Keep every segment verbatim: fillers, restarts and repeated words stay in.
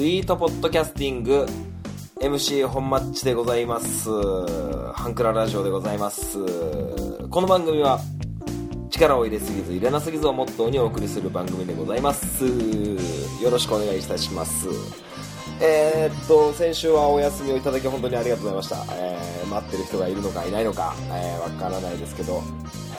イートポッドキャスティング エムシー 本マッチでございます。ハンクララジオでございます。この番組は力を入れすぎず入れなすぎずをモットーにお送りする番組でございます。よろしくお願いいたします。えー、っと先週はお休みをいただき本当にありがとうございました。えー、待ってる人がいるのかいないのか、えー、わからないですけど、はい、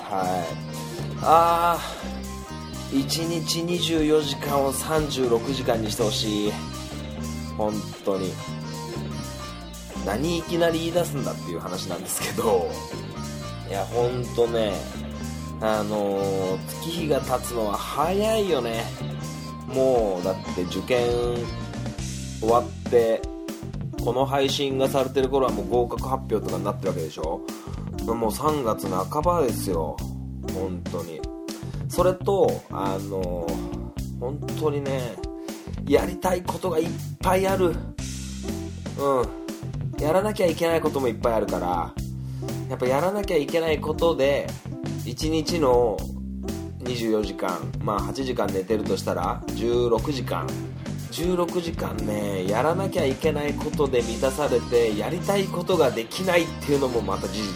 あーいちにちにじゅうよじかんをさんじゅうろくじかんにしてほしい。本当に何いきなり言い出すんだっていう話なんですけど、いや本当ね、あのー、月日が経つのは早いよね。もうだって受験終わってこの配信がされてる頃はもう合格発表とかになってるわけでしょ。もうさんがつなかばですよ本当に。それとあのー、本当にねやりたいことがいっぱいある。うんやらなきゃいけないこともいっぱいあるから、やっぱやらなきゃいけないことでいちにちのにじゅうよじかん、まあはちじかん寝てるとしたらじゅうろくじかんじゅうろくじかんね、やらなきゃいけないことで満たされてやりたいことができないっていうのもまた事実。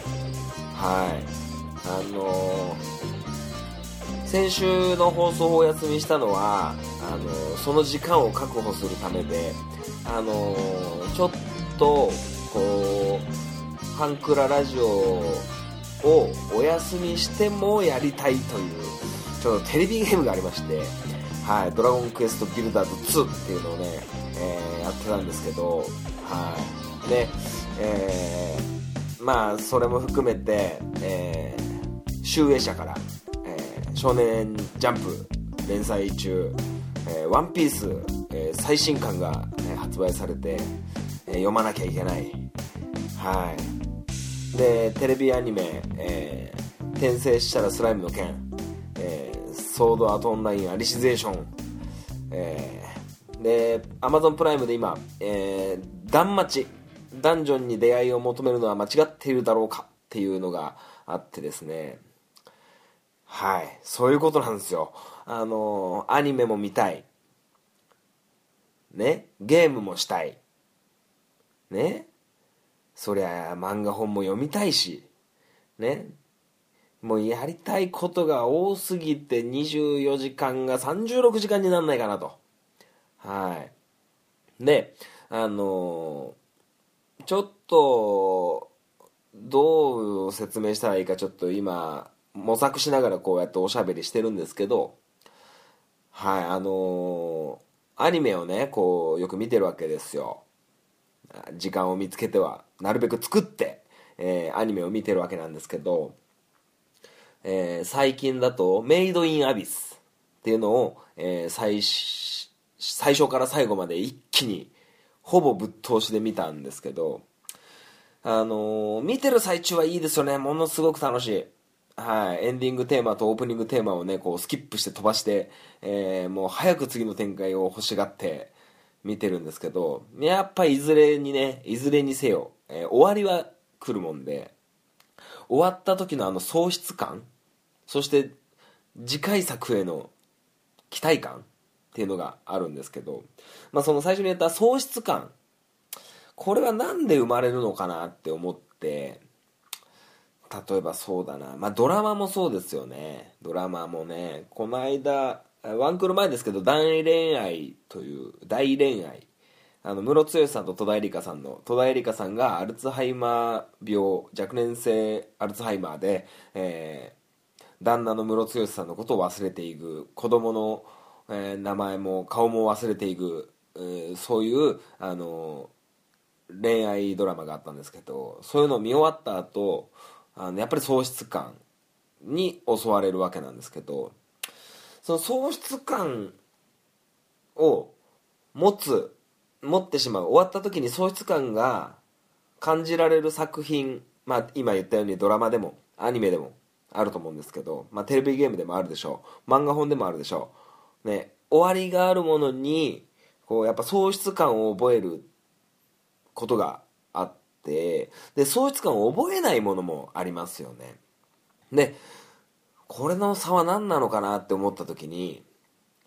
はいあのー、先週の放送をお休みしたのはあのー、その時間を確保するためで、あのー、ちょっとこうハンクララジオをお休みしてもやりたいというちょっとテレビゲームがありまして、はい、ドラゴンクエストビルダーズツーっていうのをね、えー、やってたんですけど、はいで、えー、まあそれも含めて、えー、集英社から、えー、少年ジャンプ連載中、えー、ワンピース、えー、最新刊が、えー、発売されて、えー、読まなきゃいけない。はいでテレビアニメ、えー、転生したらスライムの剣、えー、ソードアートオンラインアリシゼーション、えー、で Amazon プライムで今、えー、ダンマチダンジョンに出会いを求めるのは間違っているだろうかっていうのがあってですね、はいそういうことなんですよ。あのー、アニメも見たいね、ゲームもしたいね、そりゃ漫画本も読みたいしね、もうやりたいことが多すぎてにじゅうよじかんがさんじゅうろくじかんになんないかなと。はいであのー、ちょっとどう説明したらいいかちょっと今模索しながらこうやっておしゃべりしてるんですけど、はいあのー、アニメをねこうよく見てるわけですよ。時間を見つけてはなるべく作って、えー、アニメを見てるわけなんですけど、えー、最近だとメイドインアビスっていうのを、えー、最, 最初から最後まで一気にほぼぶっ通しで見たんですけど、あのー、見てる最中はいいですよね。ものすごく楽しい。はい、エンディングテーマとオープニングテーマをねこうスキップして飛ばして、えー、もう早く次の展開を欲しがって見てるんですけど、やっぱいずれにねいずれにせよ、えー、終わりは来るもんで、終わった時のあの喪失感、そして次回作への期待感っていうのがあるんですけど、まあその最初に言った喪失感、これはなんで生まれるのかなって思って、例えばそうだな、まあドラマもそうですよね。ドラマもね、この間ワンクール前ですけど大恋愛という大恋愛、あのムロツヨシさんと戸田恵梨香さんの戸田恵梨香さんがアルツハイマー病若年性アルツハイマーで、えー、旦那のムロツヨシさんのことを忘れていく、子供の、えー、名前も顔も忘れていく、えー、そういうあの恋愛ドラマがあったんですけど、そういうのを見終わった後あのやっぱり喪失感に襲われるわけなんですけど、その喪失感を持つ持ってしまう、終わった時に喪失感が感じられる作品、まあ今言ったようにドラマでもアニメでもあると思うんですけど、まあテレビゲームでもあるでしょう、漫画本でもあるでしょうね。終わりがあるものにこうやっぱ喪失感を覚えることがあって、で喪失感を覚えないものもありますよね。でこれの差は何なのかなって思った時に、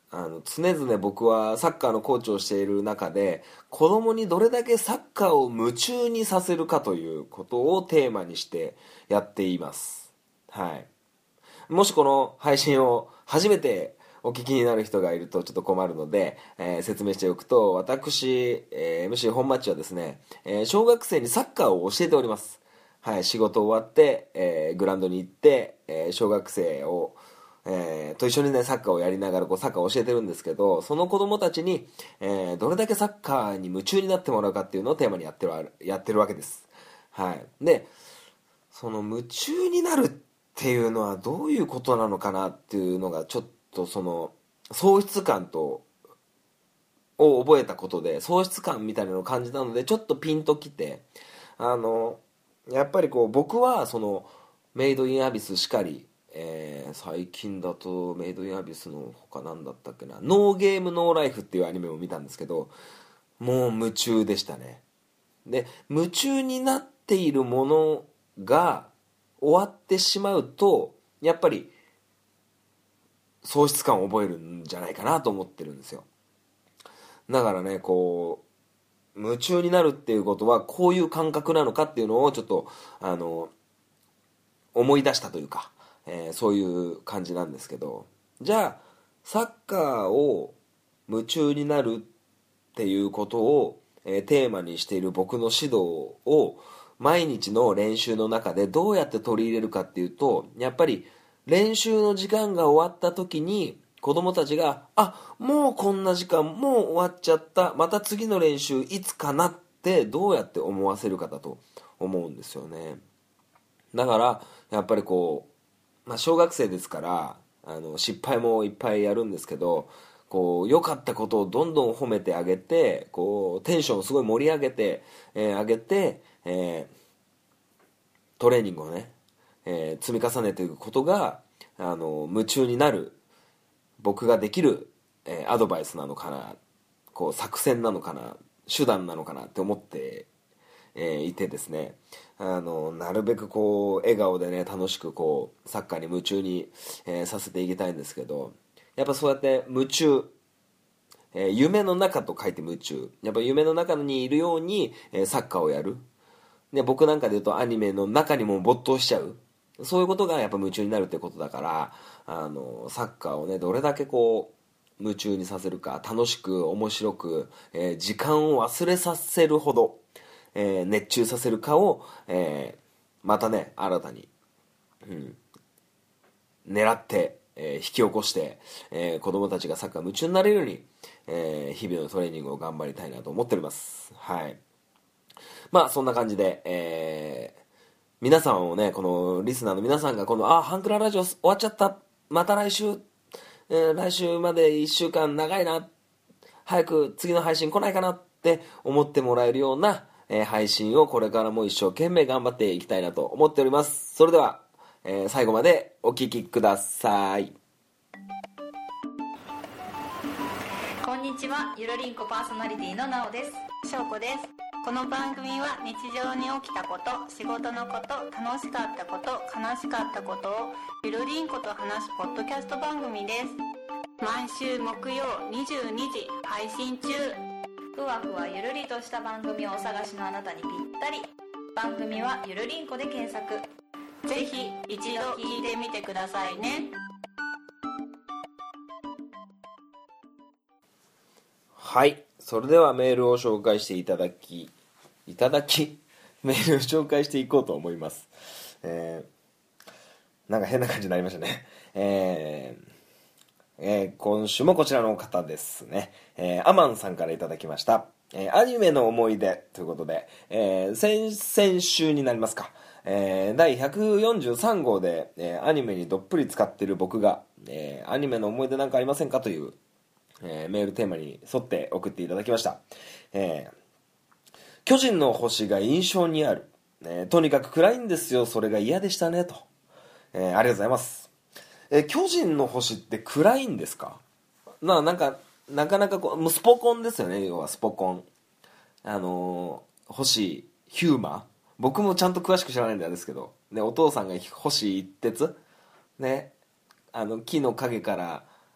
あの常々僕はサッカーのコーチをしている中で、子供にどれだけサッカーを夢中にさせるかということをテーマにしてやっています。はい。もしこの配信を初めてお聞きになる人がいるとちょっと困るので、えー説明しておくと、私、えー エムシー 本マッチはですね、えー小学生にサッカーを教えております。はい、仕事終わって、えーグラウンドに行って、えー小学生をえーと一緒にねサッカーをやりながらこうサッカーを教えてるんですけど、その子供たちに、えーどれだけサッカーに夢中になってもらうかっていうのをテーマにやってるやってるわけです。はい。で、その夢中になるっていうのはどういうことなのかなっていうのがちょっとその喪失感とを覚えたことで、喪失感みたいなのを感じたのでちょっとピンときて、あのやっぱりこう僕はそのメイドインアビスしかり、えー最近だとメイドインアビスの他なんだったっけな、ノーゲームノーライフっていうアニメを見たんですけど、もう夢中でしたね。で、夢中になっているものが終わってしまうとやっぱり喪失感を覚えるんじゃないかなと思ってるんですよ。だからね、こう夢中になるっていうことはこういう感覚なのかっていうのをちょっとあの思い出したというか、えーそういう感じなんですけど、じゃあサッカーを夢中になるっていうことを、えーテーマにしている僕の指導を毎日の練習の中でどうやって取り入れるかっていうと、やっぱり練習の時間が終わった時に子供たちが、あ、もうこんな時間もう終わっちゃった、また次の練習いつかなってどうやって思わせるかだと思うんですよね。だからやっぱりこう、まあ、小学生ですからあの失敗もいっぱいやるんですけど、こう良かったことをどんどん褒めてあげて、こうテンションをすごい盛り上げて、えー上げて、えートレーニングをね、えー積み重ねていくことがあの夢中になる僕ができる、えーアドバイスなのかな、こう作戦なのかな、手段なのかなって思ってえーいてですね、あのなるべくこう笑顔でね楽しくこうサッカーに夢中に、えーさせていきたいんですけど、やっぱそうやって夢中、えー夢の中と書いて夢中、やっぱ夢の中にいるように、えーサッカーをやる。で、僕なんかで言うとアニメの中にも没頭しちゃう、そういうことがやっぱ夢中になるってことだから、あのサッカーをねどれだけこう夢中にさせるか、楽しく面白く、えー時間を忘れさせるほど、えー熱中させるかを、えーまたね新たに、うん、狙って、えー引き起こして、えー子供たちがサッカー夢中になれるように、えー日々のトレーニングを頑張りたいなと思っております。はい。まあそんな感じで、えー皆さんをね、このリスナーの皆さんがこの、あ、ハンクララジオ終わっちゃった、また来週、えー来週までいっしゅうかん長いな、早く次の配信来ないかなって思ってもらえるような、えー配信をこれからも一生懸命頑張っていきたいなと思っております。それでは、えー最後までお聞きください。 こんにちは、ゆるりんこパーソナリティのなおです。 しょうこです。この番組は日常に起きたこと、仕事のこと、楽しかったこと、悲しかったことをゆるりんこと話すポッドキャスト番組です。毎週木曜にじゅうにじ配信中。 ふわふわゆるりとした番組をお探しのあなたにぴったり。番組はゆるりんこで検索。 ぜひ一度聞いてみてくださいね。 はい。それではメールを紹介していただき、いただき、メールを紹介していこうと思います。えー、なんか変な感じになりましたね。えーえー今週もこちらの方ですね。えーアマンさんからいただきました。えーアニメの思い出ということで、えー先々週になりますか。えーだいひゃくよんじゅうさん号で、えーアニメにどっぷり使っている僕が、えーアニメの思い出なんかありませんかという、えーメールテーマに沿って送っていただきました。えー巨人の星が印象にある、えーとにかく暗いんですよ、それが嫌でしたねと、えーありがとうございます。えー巨人の星って暗いんですか？ななんかなかなかこう、もうスポコンですよね、要はスポコン、あのー星ヒューマ、僕もちゃんと詳しく知らないんですけど、でお父さんが星一徹ね、あの木の陰から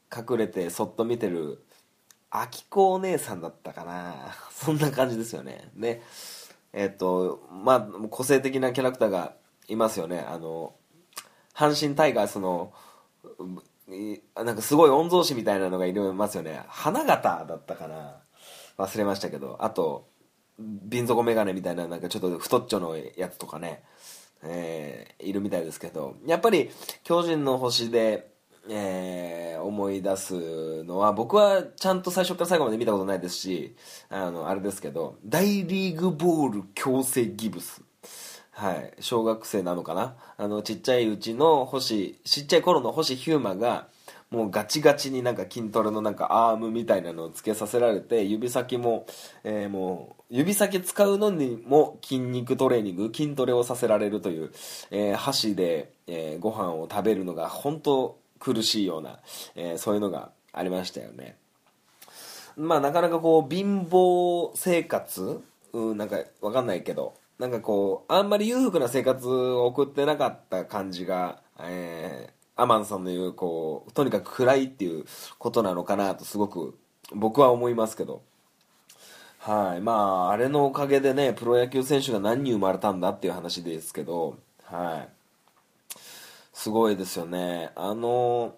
隠れてそっと見てるあきこお姉さんだったかな、そんな感じですよね。でえっとまあ個性的なキャラクターがいますよね。あの阪神タイガースのなんかすごい御曹司みたいなのがいますよね。花形だったかな、忘れましたけど、あと瓶底メガネみたいな、なんかちょっと太っちょのやつとかね、えー、いるみたいですけど、やっぱり巨人の星で、えー、思い出すのは、僕はちゃんと最初から最後まで見たことないですし、あのあれですけど、大リーグボール強制ギブス、はい、小学生なのかな、あのちっちゃいうちの星ちっちゃい頃の星ヒューマがもうガチガチになんか筋トレのなんかアームみたいなのをつけさせられて、指先も、えー、もう指先使うのにも筋肉トレーニング、筋トレをさせられるという、えー、箸で、えー、ご飯を食べるのが本当苦しいような、えー、そういうのがありましたよね。まあなかなかこう貧乏生活、うん、なんかわかんないけど、なんかこうあんまり裕福な生活を送ってなかった感じが、えーアマンさんの言うこうとにかく暗いっていうことなのかなとすごく僕は思いますけど、はい、まああれのおかげでね、プロ野球選手が何人生まれたんだっていう話ですけど、はい、すごいですよね。あの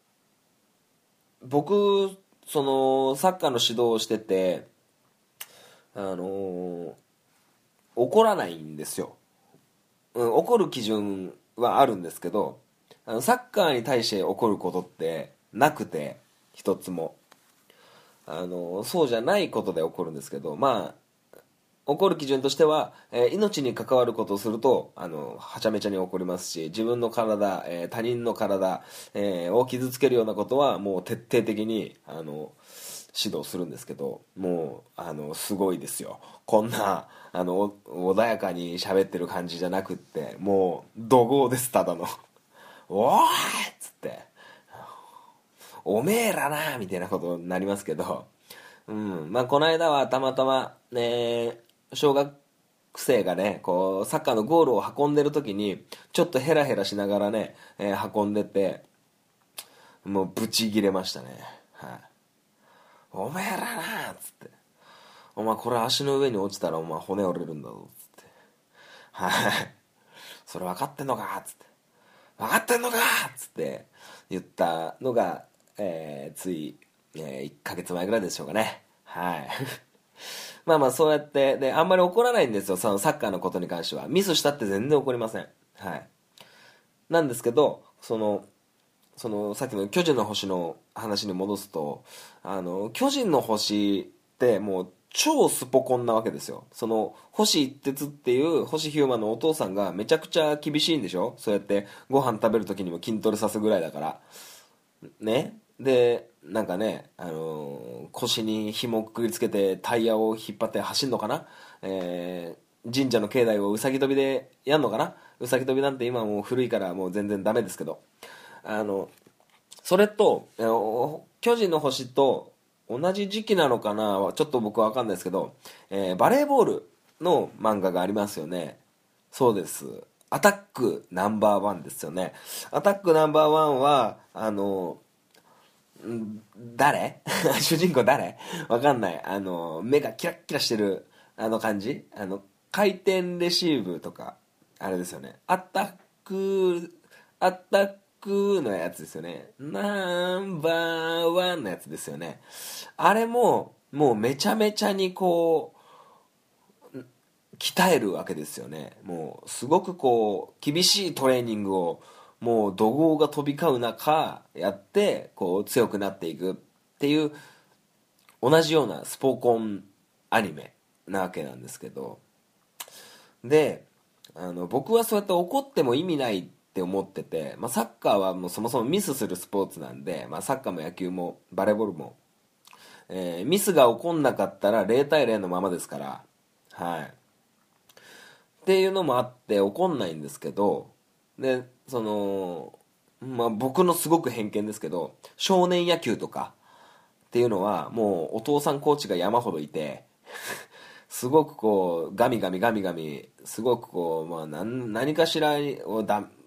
僕そのサッカーの指導をしてて、あの怒らないんですよ、うん、怒る基準はあるんですけど、あのサッカーに対して起こることってなくて、一つもあのそうじゃないことで起こるんですけど、まあ起こる基準としては、えー命に関わることをするとあのはちゃめちゃに起こりますし、自分の体、えー他人の体、えーを傷つけるようなことはもう徹底的にあの指導するんですけど、もうあのすごいですよ。こんなあの穏やかに喋ってる感じじゃなくって、もう怒号です、ただのおーいっつっておめえらなみたいなことになりますけど、うんまあ、この間はたまたま、ね、小学生がねこうサッカーのゴールを運んでる時にちょっとヘラヘラしながらね、えー運んでて、もうブチギレましたね、はい、おめえらなっつって、お前これ足の上に落ちたらお前骨折れるんだぞっつって、はいそれ分かってんのかっつって、分かってんのかっつって言ったのが、えーつい、えーいっかげつまえぐらいでしょうかね、はいまあまあそうやってで、あんまり怒らないんですよ、そのサッカーのことに関しては。ミスしたって全然怒りません、はい、なんですけど、そのそのさっきの巨人の星の話に戻すと、あの巨人の星ってもう超スポコンなわけですよ。その星一徹っていう星ヒューマンのお父さんがめちゃくちゃ厳しいんでしょ。そうやってご飯食べる時にも筋トレさすぐらいだからね。でなんかね、あのー腰に紐をくくりつけてタイヤを引っ張って走るのかな、えー神社の境内をうさぎ跳びでやんのかな。うさぎ跳びなんて今もう古いからもう全然ダメですけど、あのそれとあの巨人の星と同じ時期なのかな、ちょっと僕は分かんないですけど、えーバレーボールの漫画がありますよね。そうです、アタックナンバーワンですよね。アタックナンバーワンはあのん誰主人公誰わかんない、あの目がキラッキラしてるあの感じ、あの回転レシーブとかあれですよね。アタックアタックのやつですよね。ナンバーワンのやつですよね。あれももうめちゃめちゃにこう鍛えるわけですよね。もうすごくこう厳しいトレーニングをもう怒号が飛び交う中やってこう強くなっていくっていう同じようなスポコンアニメなわけなんですけど、であの僕はそうやって怒っても意味ないって思ってて、まあ、サッカーはもうそもそもミスするスポーツなんで、まあ、サッカーも野球もバレーボールも、えーミスが起こんなかったらゼロたいゼロのままですから、はい、っていうのもあって怒んないんですけど、でその、まあ、僕のすごく偏見ですけど、少年野球とかっていうのはもうお父さんコーチが山ほどいてすごくこうガミガミガミガミすごくこう、まあ、何, 何かしらをだ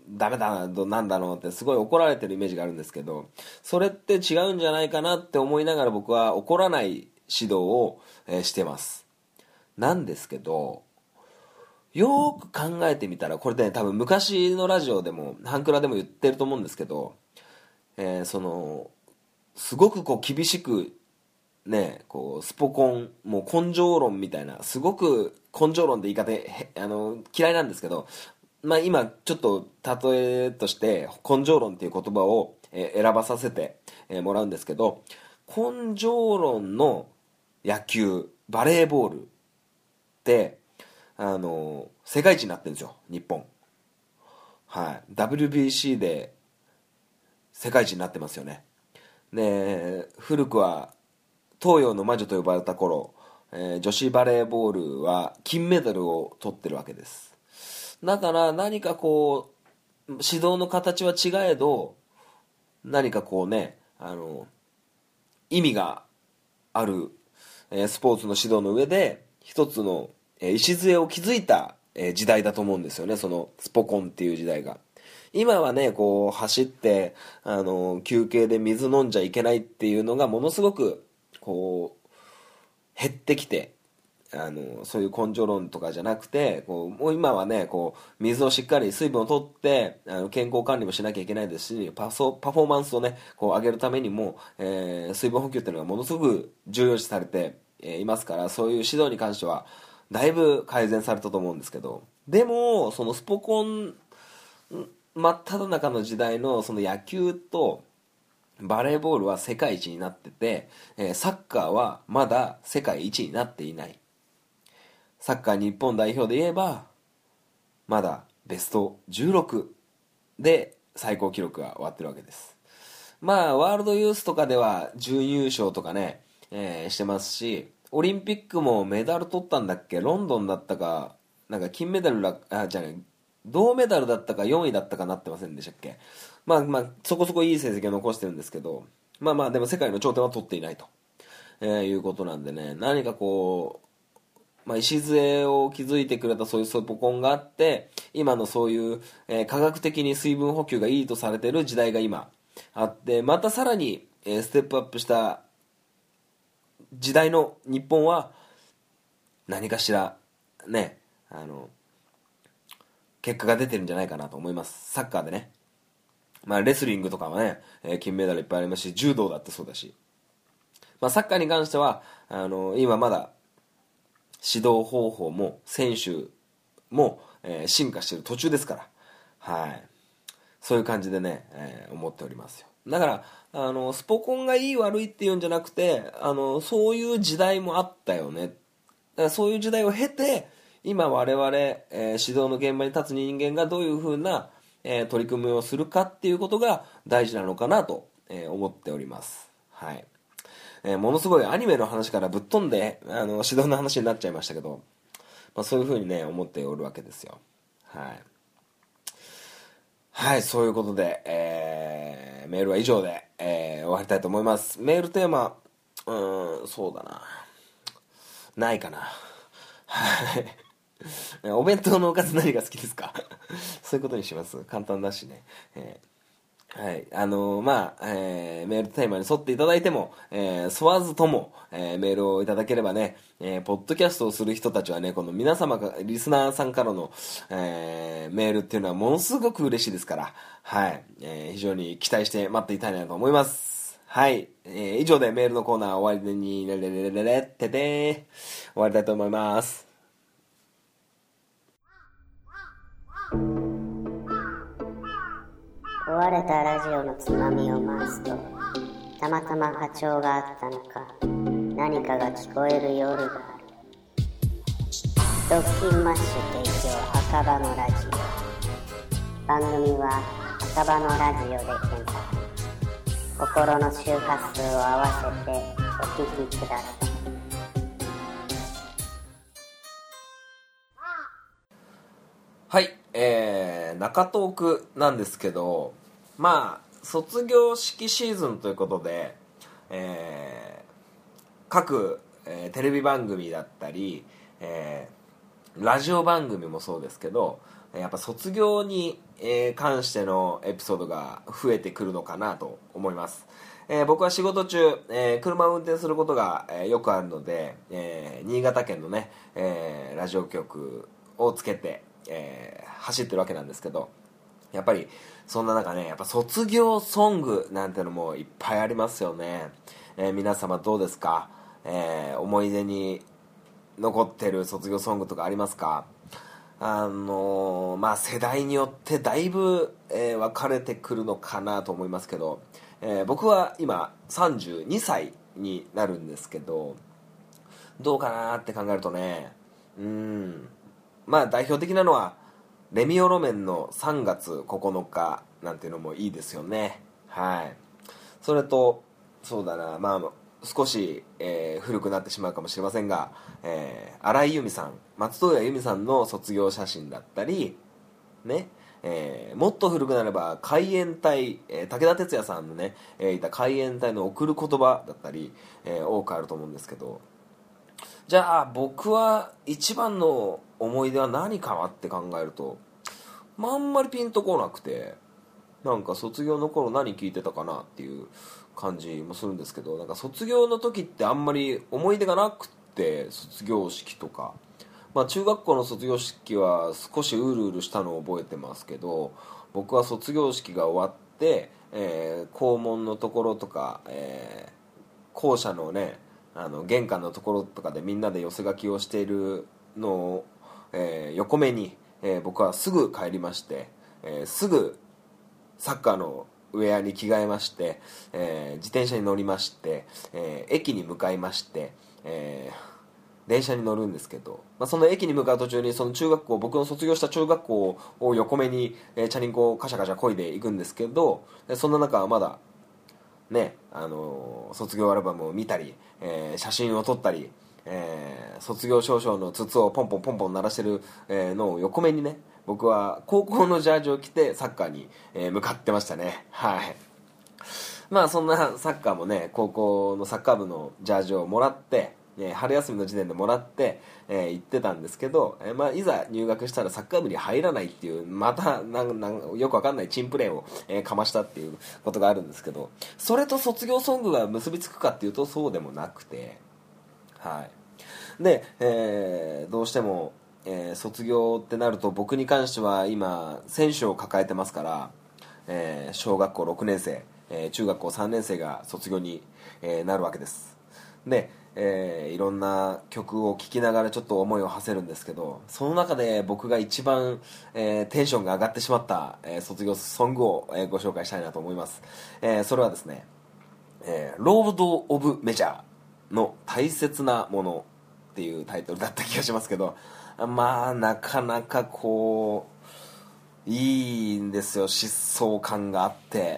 ダメだな、なんだろうってすごい怒られてるイメージがあるんですけど、それって違うんじゃないかなって思いながら僕は怒らない指導を、えーしてます。なんですけど、よーく考えてみたら、これね多分昔のラジオでもハンクラでも言ってると思うんですけど、えーそのすごくこう厳しくね、こうスポコン、もう根性論みたいな、すごく根性論って言い方へあの嫌いなんですけど、まあ、今ちょっと例えとして根性論っていう言葉を、えー選ばさせて、えーもらうんですけど、根性論の野球バレーボールってあの世界一になってるんですよ、日本。はい、ダブリュービーシー で世界一になってますよね。で、古くは東洋の魔女と呼ばれた頃、えー女子バレーボールは金メダルを取ってるわけです。だから何かこう指導の形は違えど、何かこうね、あの意味がある、えースポーツの指導の上で一つの、えー礎を築いた、えー時代だと思うんですよね、そのスポコンっていう時代が。今はね、こう走ってあの休憩で水飲んじゃいけないっていうのがものすごくこう減ってきて、あのそういう根性論とかじゃなくて、こうもう今はね、こう水をしっかり水分を取ってあの健康管理もしなきゃいけないですし、パソパフォーマンスをねこう上げるためにも、えー水分補給っていうのがものすごく重要視されて、えーいますから、そういう指導に関してはだいぶ改善されたと思うんですけど、でもそのスポコン真っ只中の時代のその野球とバレーボールは世界一になってて、えーサッカーはまだ世界一になっていない。サッカー日本代表で言えばまだベストじゅうろくで最高記録が終わってるわけです。まあワールドユースとかでは準優勝とかね、えーしてますし、オリンピックもメダル取ったんだっけ、ロンドンだったかなんか金メダルらあじゃあね銅メダルだったかよんいだったかなってませんでしたっけ。まあまあそこそこいい成績を残してるんですけど、まあまあでも世界の頂点は取っていないと、えーいうことなんでね、何かこう、まあ、礎を築いてくれたそういうスポコンがあって、今のそういう、えー科学的に水分補給がいいとされている時代が今あって、またさらに、えーステップアップした時代の日本は何かしらね、あの結果が出てるんじゃないかなと思います。サッカーでね、まあ、レスリングとかはね、えー金メダルいっぱいありますし、柔道だってそうだし、まあ、サッカーに関してはあの今まだ指導方法も選手も、えー進化している途中ですから、はい、そういう感じでね、えー思っておりますよ。だからあのスポコンがいい悪いっていうんじゃなくて、あのそういう時代もあったよね。だからそういう時代を経て今我々、えー指導の現場に立つ人間がどういうふうな、えー取り組みをするかっていうことが大事なのかなと、えー思っております。はい、えーものすごいアニメの話からぶっ飛んであの指導の話になっちゃいましたけど、まあ、そういうふうにね思っておるわけですよ。はいはい、そういうことで、えーメールは以上で、えー終わりたいと思います。メールテーマ、うーんそうだな、ないかな。はいお弁当のおかず何が好きですか？そういうことにします。簡単だしね、えーはい、あのー、まあ、えーメールテーマに沿っていただいても、えー、沿わずとも、えーメールをいただければね、えーポッドキャストをする人たちはね、この皆様がリスナーさんからの、えーメールっていうのはものすごく嬉しいですから、はい、えー非常に期待して待っていたいなと思います。はい、えー以上でメールのコーナー終わりにれれれれれってて終わりたいと思います。 壊れたラジオのつまみを回すと、たまたま波長があったのか、何かが聞こえる夜がある。ドッキンマッシュ提供赤羽のラジオ。番組は赤羽のラジオで検索。心の周波数を合わせてお聞きください。 はい、えー、中トークなんですけど、まあ卒業式シーズンということで、えー各、えーテレビ番組だったり、えーラジオ番組もそうですけど、 やっぱ卒業に、えー、関してのエピソードが増えてくるのかなと思います。えー、僕は仕事中、えー、車を運転することが、えー、よくあるので、えー、新潟県のね、えー、ラジオ局をつけて、えー、走ってるわけなんですけど、やっぱりそんな中ね、やっぱ卒業ソングなんてのもいっぱいありますよね。えー、皆様どうですか？えー、思い出に残ってる卒業ソングとかありますか？あのー、まあ世代によってだいぶ、えー、分かれてくるのかなと思いますけど、えー、僕は今さんじゅうにさいになるんですけど、どうかなって考えるとね、うーんまあ代表的なのはレミオロメンのさんがつここのかなんていうのもいいですよね。はい。それとそうだな、まあ少し、えー、古くなってしまうかもしれませんが、えー、荒井由実さん、松任谷由実さんの卒業写真だったりね、えー、もっと古くなれば海援隊、えー、武田鉄矢さんのね、えー、いた海援隊の送る言葉だったり、えー、多くあると思うんですけど、じゃあ僕は一番の思い出は何かなって考えると、まあ、あんまりピンとこなくて、なんか卒業の頃何聞いてたかなっていう感じもするんですけど、なんか卒業の時ってあんまり思い出がなくって卒業式とか、まあ、中学校の卒業式は少しうるうるしたのを覚えてますけど、僕は卒業式が終わって、えー、校門のところとか、えー、校舎のねあの玄関のところとかでみんなで寄せ書きをしているのを、えー、横目に、えー、僕はすぐ帰りまして、えー、すぐサッカーのウェアに着替えまして、えー、自転車に乗りまして、えー、駅に向かいまして、えー、電車に乗るんですけど、まあ、その駅に向かう途中にその中学校、僕の卒業した中学校を横目に、えー、チャリンコをカシャカシャ漕いでいくんですけど、そんな中はまだね、あのー、卒業アルバムを見たり、えー、写真を撮ったり、えー、卒業証書の筒をポンポンポンポン鳴らしてる、えー、のを横目にね、僕は高校のジャージを着てサッカーに、えー、向かってましたね。はい。まあそんなサッカーもね、高校のサッカー部のジャージをもらって、ね、春休みの時点でもらって、えー、行ってたんですけど、えーまあ、いざ入学したらサッカー部に入らないっていう、またなんなんよくわかんないチンプレーを、えー、かましたっていうことがあるんですけど、それと卒業ソングが結びつくかっていうとそうでもなくて、はいで、えー、どうしても、えー、卒業ってなると僕に関しては今選手を抱えてますから、えー、小学校ろくねん生、えー、中学校さんねん生が卒業に、えー、なるわけです。で、えー、いろんな曲を聴きながらちょっと思いを馳せるんですけど、その中で僕が一番、えー、テンションが上がってしまった、えー、卒業ソングを、えー、ご紹介したいなと思います。えー、それはですね、えー、ロード・オブ・メジャーの大切なものっていうタイトルだった気がしますけど、まあなかなかこういいんですよ。疾走感があって、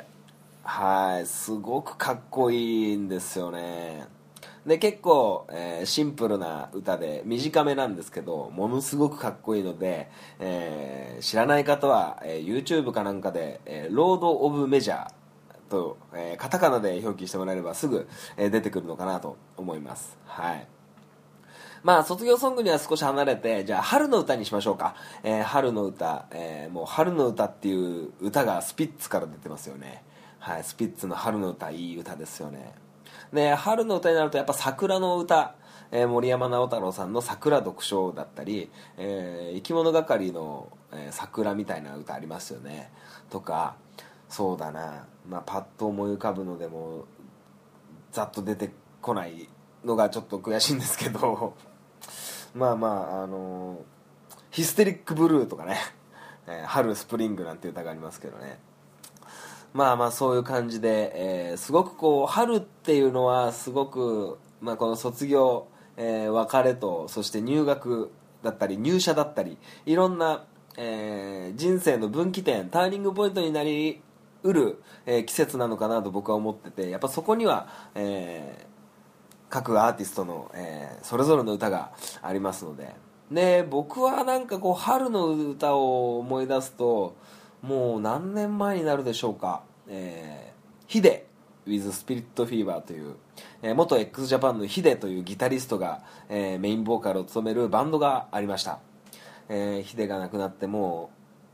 はい、すごくかっこいいんですよね。で結構、えー、シンプルな歌で短めなんですけど、ものすごくかっこいいので、えー、知らない方は、えー、YouTube かなんかで、えー、ロード・オブ・メジャーと、えー、カタカナで表記してもらえればすぐ、えー、出てくるのかなと思います。はい。まあ卒業ソングには少し離れて、じゃあ春の歌にしましょうか。えー、春の歌、えー、もう春の歌っていう歌がスピッツから出てますよね。はい、スピッツの春の歌、いい歌ですよね。で春の歌になるとやっぱ桜の歌、えー、森山直太朗さんの桜読書だったり、えー、生き物係の、えー、桜みたいな歌ありますよね。とか、そうだな、まあ、パッと思い浮かぶのでもざっと出てこないのがちょっと悔しいんですけどまあまああのー、ヒステリックブルーとかね、えー、春スプリングなんて歌がありますけどね。まあまあそういう感じで、えー、すごくこう春っていうのはすごく、まあ、この卒業、えー、別れとそして入学だったり入社だったりいろんな、えー、人生の分岐点、ターニングポイントになりうる、えー、季節なのかなと僕は思ってて、やっぱそこには、えー各アーティストの、えー、それぞれの歌がありますので、で僕はなんかこう春の歌を思い出すともう何年前になるでしょうか、えー、ヒデ with スピリットフィーバーという、えー、元 x ジャパンのヒデというギタリストが、えー、メインボーカルを務めるバンドがありました。えー、ヒデが亡くなっても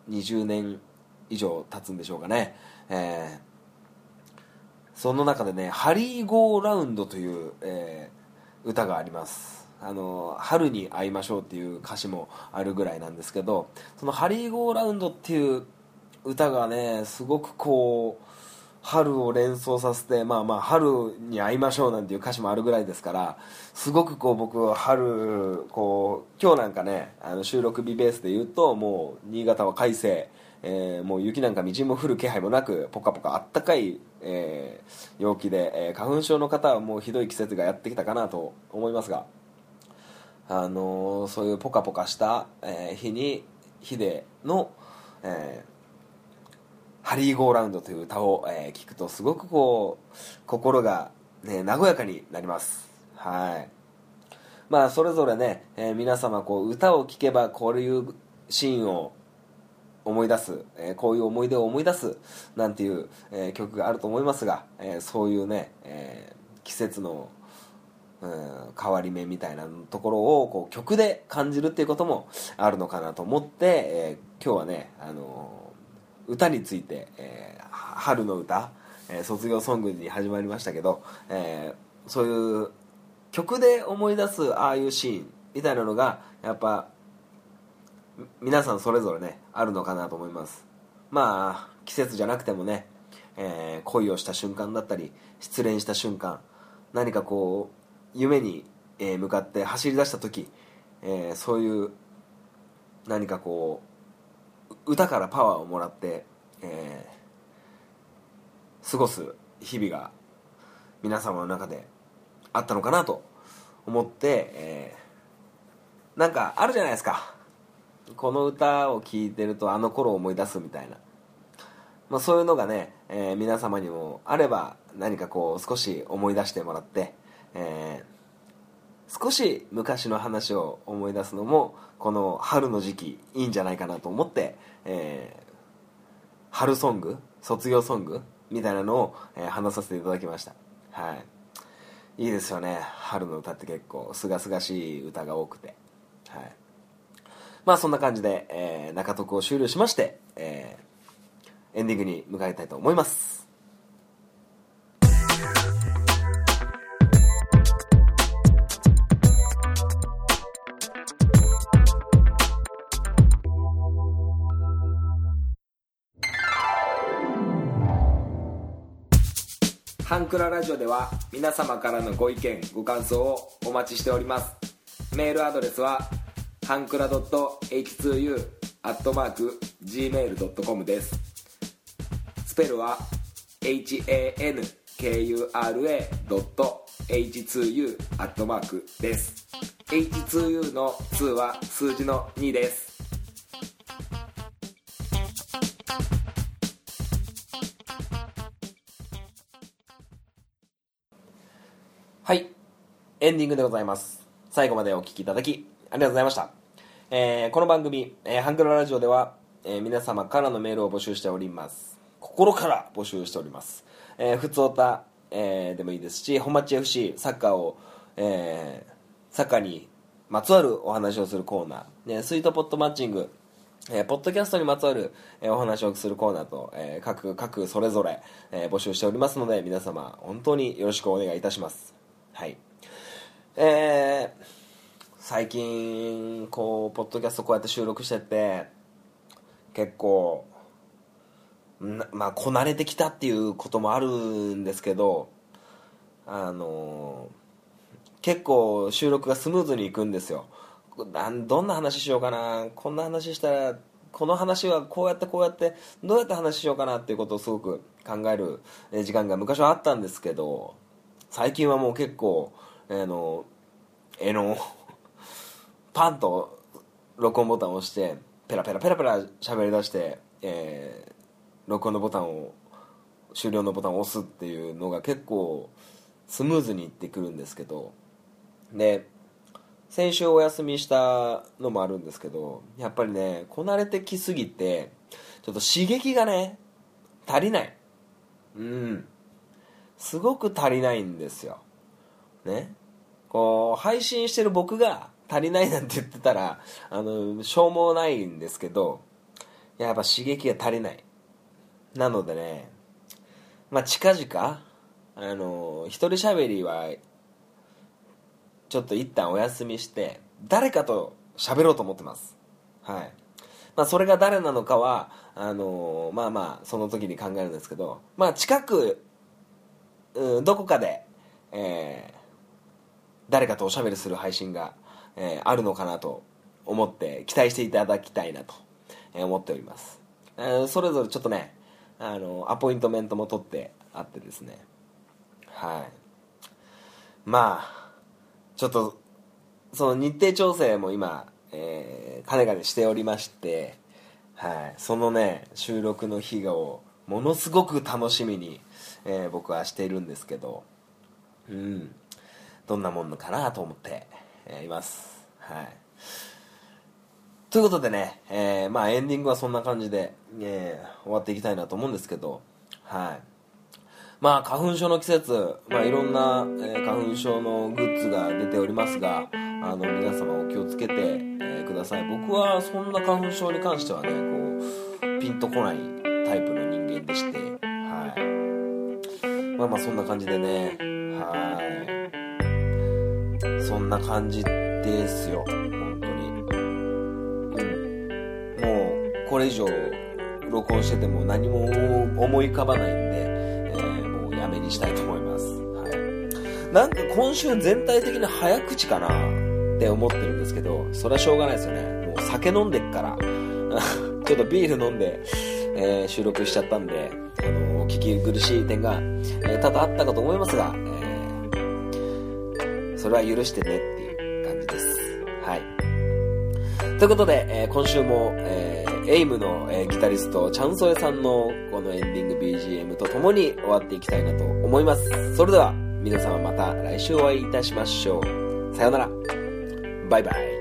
にじゅうねん以上経つんでしょうかね、えー、その中でねハリーゴーラウンドという、えー、歌があります。あの春に会いましょうっていう歌詞もあるぐらいなんですけど、そのハリーゴーラウンドっていう歌がねすごくこう春を連想させて、まあまあ春に会いましょうなんていう歌詞もあるぐらいですから、すごくこう僕は春こう今日なんかねあの収録日ベースで言うともう新潟は快晴、えー、もう雪なんかみじんも降る気配もなくポカポカあったかい、えー、陽気で、えー、花粉症の方はもうひどい季節がやってきたかなと思いますが、あのー、そういうポカポカした、えー、日に日での、えーハリーゴーラウンドという歌を、えー、聞くとすごくこう心が、ね、和やかになります。はい。まあそれぞれね、えー、皆様こう歌を聴けばこういうシーンを思い出す、えー、こういう思い出を思い出すなんていう、えー、曲があると思いますが、えー、そういうね、えー、季節の、うん、変わり目みたいなところをこう曲で感じるっていうこともあるのかなと思って、えー、今日はねあのー歌について、えー、春の歌、えー、卒業ソングに始まりましたけど、えー、そういう曲で思い出すああいうシーンみたいなのがやっぱ皆さんそれぞれねあるのかなと思います。まあ季節じゃなくてもね、えー、恋をした瞬間だったり失恋した瞬間、何かこう夢に向かって走り出した時、えー、そういう何かこう歌からパワーをもらって、えー、過ごす日々が皆様の中であったのかなと思って、えー、なんかあるじゃないですか、この歌を聴いてるとあの頃を思い出すみたいな、まあ、そういうのがね、えー、皆様にもあれば何かこう少し思い出してもらって、えー、少し昔の話を思い出すのもこの春の時期いいんじゃないかなと思って、えー、春ソング、卒業ソングみたいなのを、えー、話させていただきました。はい、いいですよね、春の歌って結構すがすがしい歌が多くて、はい、まあそんな感じで、えー、中徳を終了しまして、えー、エンディングに向かいたいと思います。ハンクララジオでは皆様からのご意見ご感想をお待ちしております。メールアドレスはハンクラ エイチツーユー アットマーク ジーメール ドットコム です。スペルは ハンクラ エイチツーユー アットマーク です。 エイチツーユー のには数字のにです。はい、エンディングでございます。最後までお聞きいただきありがとうございました。えー、この番組、えー、ハンクララジオでは、えー、皆様からのメールを募集しております。心から募集しております。えー、ふつおた、えー、でもいいですし、本町 エフシー サッカーを、えー、サッカーにまつわるお話をするコーナー、ね、スイートポットマッチング、えー、ポッドキャストにまつわる、えー、お話をするコーナーと、えー、各各それぞれ、えー、募集しておりますので、皆様本当によろしくお願いいたします。はい、えー、最近こうポッドキャストこうやって収録してて結構なまあこなれてきたっていうこともあるんですけど、あのー、結構収録がスムーズにいくんですよ。なんどんな話しようかな、こんな話したらこの話はこうやってこうやってどうやって話しようかなっていうことをすごく考える時間が昔はあったんですけど、最近はもう結構あのえのパンと録音ボタンを押してペラペラペラペラ喋り出して、えー、録音のボタンを終了のボタンを押すっていうのが結構スムーズにいってくるんですけど、で先週お休みしたのもあるんですけど、やっぱりねこなれてきすぎてちょっと刺激がね足りない、うんすごく足りないんですよね。こう配信してる僕が足りないなんて言ってたらあのしょうもないんですけど、 やっぱ刺激が足りない。なのでね、まあ近々あの一人喋りはちょっと一旦お休みして誰かと喋ろうと思ってます。はい。まあそれが誰なのかはあのまあまあその時に考えるんですけど、まあ近く、うん、どこかで、えー、誰かとおしゃべりする配信が、えー、あるのかなと思って期待していただきたいなと思っております。えー、それぞれちょっとね、あのアポイントメントも取ってあってですね、はい。まあちょっとその日程調整も今、えー、かねがねしておりまして、はい、そのね収録の日をものすごく楽しみに、えー、僕はしているんですけど、うん、どんなもんのかなと思って、えー、います。はい。ということでね、えー、まあエンディングはそんな感じで、えー、終わっていきたいなと思うんですけど、はい。まあ花粉症の季節、まあいろんな、えー、花粉症のグッズが出ておりますが、あの皆様お気をつけて、えー、ください。僕はそんな花粉症に関してはね、こうピンとこないタイプの人間でして、はい。まあまあそんな感じでね、はい。そんな感じですよ、本当に。うん。もうこれ以上録音してても何も思い浮かばないんで。やめにしたいと思います。はい。なんか今週全体的に早口かなって思ってるんですけど、それはしょうがないですよね。もう酒飲んでっからちょっとビール飲んで、えー、収録しちゃったんで、あのー、聞き苦しい点が、えー、多々あったかと思いますが、えー、それは許してねっていう感じです。はい。ということで、えー、今週も、えー、エイムの、えー、ギタリストチャンソエさんのこのエンディング ビージーエム とともに終わっていきたいなと思います。それでは皆様また来週お会いいたしましょう。さようなら。バイバイ。